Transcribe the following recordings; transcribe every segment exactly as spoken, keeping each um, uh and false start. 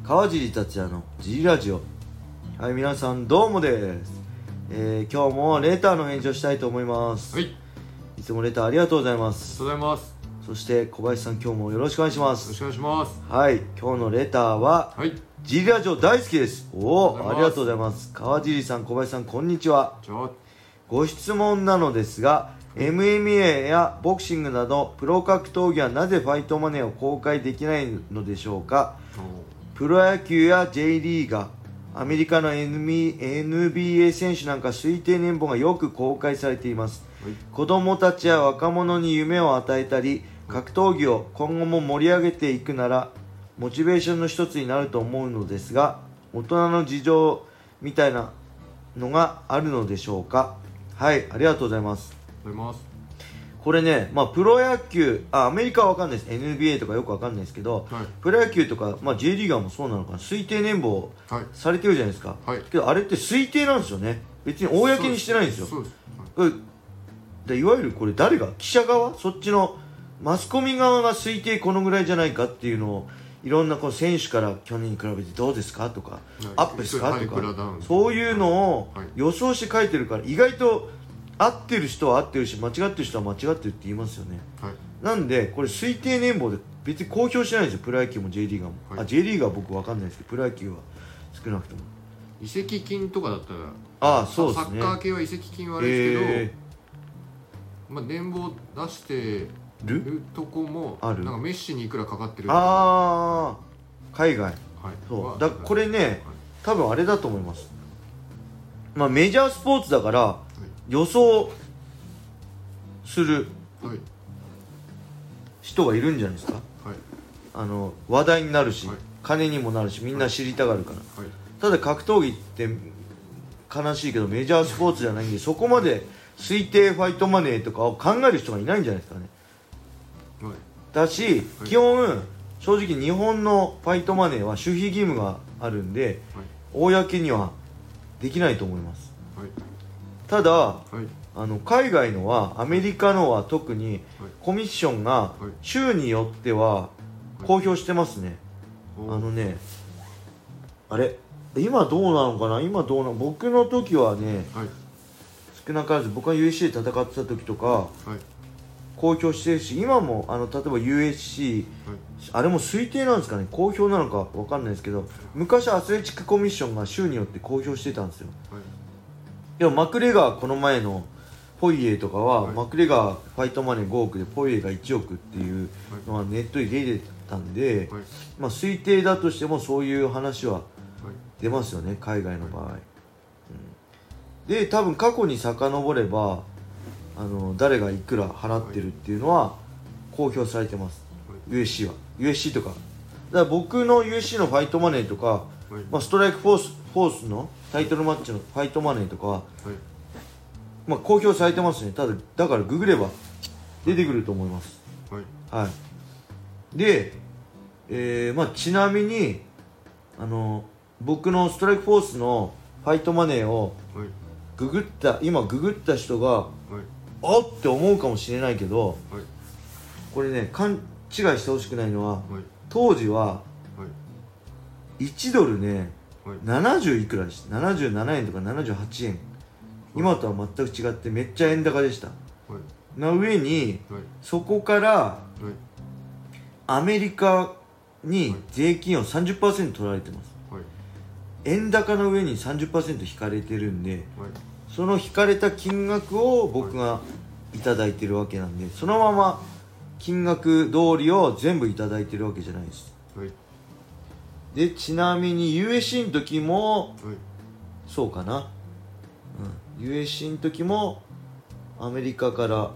川尻達也のジリラジオ。はい、皆さんどうもです、えー、今日もレターの返事をしたいと思います。 はい、 いつもレターありがとうございます。 ありがとうございます。 そして小林さん、今日もよろしくお願いします。 よろしくお願いします。 はい、今日のレターは、はい、ジリラジオ大好きです。おお、ありがとうございます。川尻さん、小林さん、こんにちは。ご質問なのですが、エムエムエー やボクシングなどプロ格闘技はなぜファイトマネーを公開できないのでしょうか。プロ野球や J リーガー、アメリカの エヌビーエー 選手なんか推定年俸がよく公開されています。はい、子供たちや若者に夢を与えたり、格闘技を今後も盛り上げていくならモチベーションの一つになると思うのですが、大人の事情みたいなのがあるのでしょうか。はい、ありがとうございます。これね、まあ、プロ野球、あ、アメリカは分かんないです。 エヌビーエー とかよく分かんないですけど、はい、プロ野球とか、まあ、J リーガーもそうなのかな、推定年俸されてるじゃないですか、はい、けどあれって推定なんですよね。別に公にしてないんですよ。そうです、はい、でいわゆるこれ誰が、記者側、そっちのマスコミ側が推定このぐらいじゃないかっていうのをいろんなこう選手から去年に比べてどうですかとか、はい、アップですかとか、そういうのを予想して書いてるから、意外と合ってる人は合ってるし、間違ってる人は間違ってるって言いますよね。はい、なんでこれ推定年俸で別に公表してないんですよ。プロ野球も J リーガーも、はい、あ J リーガーは僕分かんないですけど、プロ野球は少なくとも移籍金とかだったら、 ああそうですね、 サッカー系は移籍金はあれですけど、えー、まあ、年俸出してるとこもある。なんかメッシにいくらかかってる、 ああ海外、はい、そうだこれね、はい、多分あれだと思います。まあメジャースポーツだから、はい、予想する人がいるんじゃないですか。はい、あの話題になるし、はい、金にもなるし、みんな知りたがるから、はい、ただ格闘技って悲しいけどメジャースポーツじゃないんで、そこまで推定ファイトマネーとかを考える人がいないんじゃないですかね。はい、だし、はい、基本正直日本のファイトマネーは守秘義務があるんで、はい、公にはできないと思います。はい、ただ、はい、あの海外のは、アメリカのは特にコミッションが州によっては公表してますね。はい、あのね、あれ今どうなのかな、今どうなの、僕の時はね、はい、少なからず僕が ユーエフシー で戦ってた時とか、はい、公表してるし、今もあの例えば ユーエフシー、はい、あれも推定なんですかね、公表なのか分かんないですけど、昔アスレチックコミッションが州によって公表してたんですよ。はい、でもマクレガー、この前のポイエーとかは、はい、マクレガーファイトマネーごおくでポイエーがいちおくっていうのはネットに出てたんで、はい、まあ、推定だとしてもそういう話は出ますよね、海外の場合。はい、うん、で多分過去に遡れば、あの誰がいくら払ってるっていうのは公表されてます。はい、ユーエフシー は ユーエフシー とかだから僕の ユーエフシー のファイトマネーとか、はい、まあ、ストライクフォースフォースのタイトルマッチのファイトマネーとかは、はい、まあ、公表されてますね。ただだからググれば出てくると思います。はい、はい、で、えーまあ、ちなみにあの僕のストライクフォースのファイトマネーをググった今ググった人が、はい、おって思うかもしれないけど、はい、これね勘違いしてほしくないのは、はい、当時はいちドルね、はい、ななじゅういくらでした。ななじゅうななえんとかななじゅうはちえん、はい、今とは全く違ってめっちゃ円高でした。はい、な上に、はい、そこから、はい、アメリカに税金を さんじゅっパーセント 取られてます。はい、円高の上に さんじゅっパーセント 引かれてるんで、はい、その引かれた金額を僕がいただいてるわけなんで、そのまま金額通りを全部いただいてるわけじゃないです。はい、でちなみに ユーエフシー の時も、はい、そうかな、うん、ユーエフシー の時もアメリカから、はい、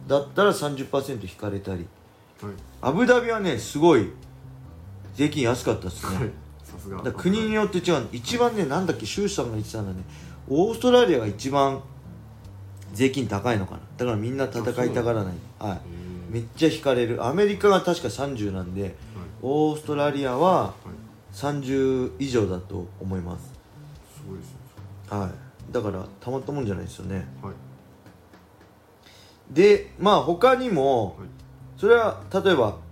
だったら さんじゅっパーセント 引かれたり、はい、アブダビはねすごい税金安かったですね。はい、さすが。だ国によって違う。一番ね、なんだっけ、周さんが言ってたのはね、オーストラリアが一番税金高いのかな。だからみんな戦いたがらない。はい、めっちゃ引かれる。アメリカが確かさんじゅうなんで、はい、オーストラリアはさんじゅう以上だと思います。すごいですね。はい、だからたまったもんじゃないですよね。はい、でまあ他にも、はい、それは例えば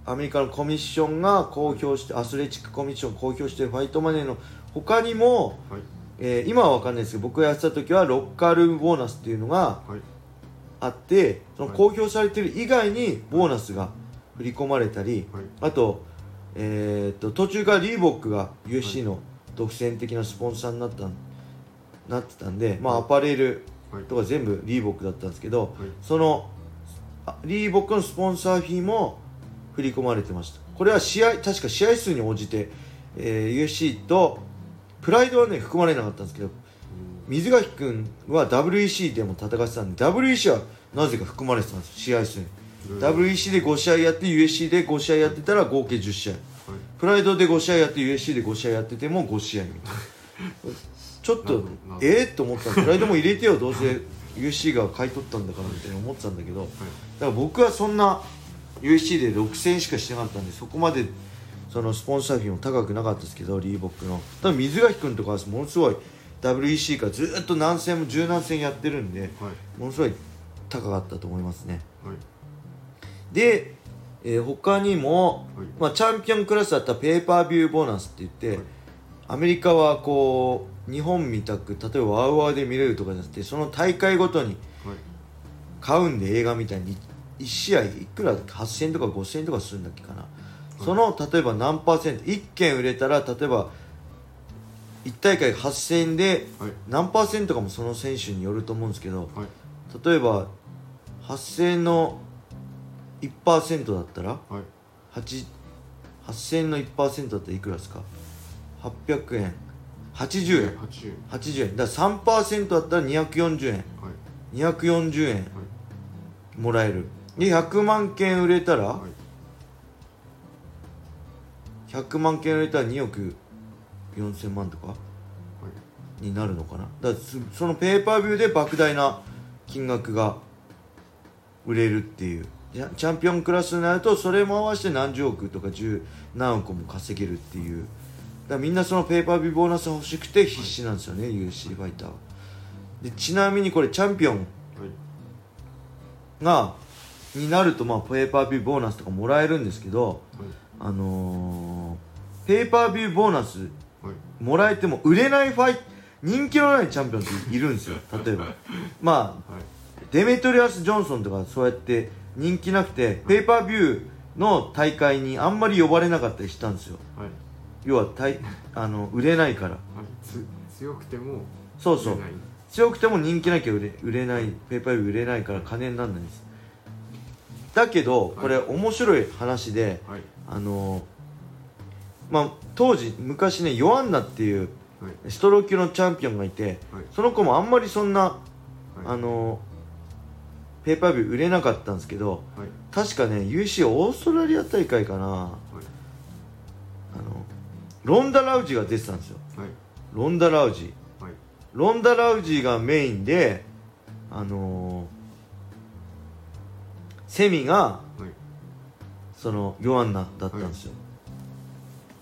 アメリカのコミッションが公表してアスレチックコミッションが公表しているファイトマネーの他にも、はい、えー、今は分かんないですけど僕がやってた時はロッカールームボーナスっていうのがあって、はい、その公表されている以外にボーナスが振り込まれたり、はい、あと、えー、っと途中からリーボックが ユーエフシー の独占的なスポンサーになった、なってたんで、まあ、アパレルとか全部リーボックだったんですけど、はい、そのリーボックのスポンサーフィーも振り込まれてました。これは試合確か試合数に応じて、えー、ユーエフシー とプライドはね含まれなかったんですけど、水垣君は ダブリューイーシー でも戦ってたんで ダブリューイーシー はなぜか含まれてたんです試合数に。 ダブリューイーシー でご試合やって ユーエフシー でご試合やってたら合計じゅっしあい、はい、プライドでご試合やって ユーエフシー でご試合やっててもご試合みたいなちょっとえー、っと思ったんでプライドも入れてよどうせ ユーエフシー が買い取ったんだからみたいな思ってたんだけど、はい、だから僕はそんな ユーエフシー でろくせんえんしかしてなかったんでそこまでそのスポンサー費も高くなかったですけどリーボックの多分水垣君とかはものすごい ダブリューイーシー からずっと何戦も十何戦やってるんで、はい、ものすごい高かったと思いますね、はい、で、えー、他にも、はい、まあ、チャンピオンクラスだったらペーパービューボーナスって言って、はい、アメリカはこう日本みたく例えばワウワウで見れるとかじゃなくてその大会ごとに買うんで映画みたいにいち試合いくらはっせんえんとかごせんえんとかするんだっけかな、はい、その例えば何パーセントいっけん売れたら例えばいち大会はっせんえんで何パーセントかもその選手によると思うんですけど、はい、例えばはっせんえんの いちパーセント だったら、はい、はっせんえんの いちパーセント だったらいくらですかはっぴゃくえんはちじゅうえんはちじゅうえんだから さんパーセント だったらにひゃくよんじゅうえん、はい、にひゃくよんじゅうえん、はい、もらえるでひゃくまんけん売れたら、はい、ひゃくまんけん売れたらにおくよんせんまんとか、はい、になるのかな。だからそのペーパービューで莫大な金額が売れるっていうチャンピオンクラスになるとそれも合わせて何十億とか十何億も稼げるっていうだからみんなそのペーパービューボーナスが欲しくて必死なんですよね、はい、ユーエフシー ファイターは。でちなみにこれチャンピオンがになるとまあペーパービューボーナスとかもらえるんですけど、はい、あのー、ペーパービューボーナスもらえても売れないファイ人気のないチャンピオンっているんですよ例えばまあ、はい、デメトリアス・ジョンソンとかそうやって人気なくて、はい、ペーパービューの大会にあんまり呼ばれなかったりしたんですよ、はい、要はたいあの売れないから、はい、 つ強くてもそうそう強くても人気なきゃ売れ、売れないペーパービュー売れないから金にならないんです。だけどこれ面白い話で、はい、あのまあ当時昔ねヨアンナっていうストロー級のチャンピオンがいて、はい、その子もあんまりそんな、はい、あのペーパービュー売れなかったんですけど、はい、確かね ユーエフシー オーストラリア大会かな、はい、あのロンダ・ラウジが出てたんですよ、はい、ロンダ・ラウジ、はい、ロンダ・ラウジがメインであのー、セミが、はい、そのヨアンナだったんですよ、はい、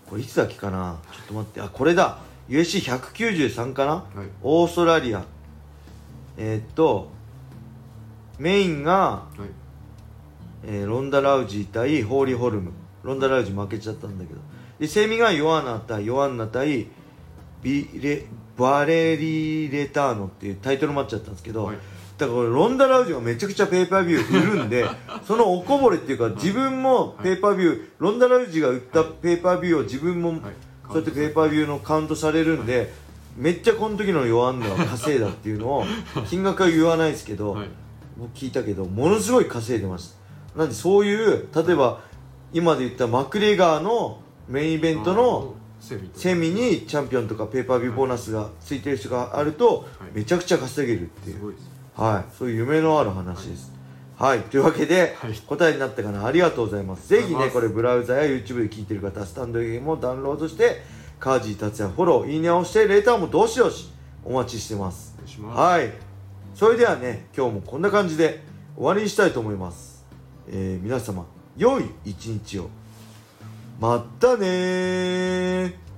これいつだっけかなちょっと待ってあこれだ ユーエフシーひゃくきゅうじゅうさん かな、はい、オーストラリアえー、っとメインが、はいえー、ロンダ・ラウジ対ホーリー・ホルムロンダ・ラウジ負けちゃったんだけどでセミがヨアンナ対ヨアンナ対ビレバレリー・レターノっていうタイトルマッチだったんですけど、はい、だからロンダ・ラウジがめちゃくちゃペーパービュー売るんでそのおこぼれっていうか自分もペーパービュー、はい、ロンダ・ラウジが売ったペーパービューを自分も、はい、そうやってペーパービューのカウントされるんで、はい、めっちゃこの時のヨアンナは稼いだっていうのを金額は言わないですけど、はい僕聞いたけどものすごい稼いでましたなんでそういう例えば今で言ったマクレガーのメインイベントのセミにチャンピオンとかペーパービューボーナスがついてる人があるとめちゃくちゃ稼げるっていう、はい、そういう夢のある話です、はいはい、というわけで、はい、答えになったかなありがとうございますぜひねこれブラウザや YouTube で聞いてる方スタンド エフエム もダウンロードしてカージー達也フォローいいねを押してレターもどしどしお待ちしてます。 お願いします。 はいそれではね今日もこんな感じで終わりにしたいと思います、えー、皆様良い一日をまたねー。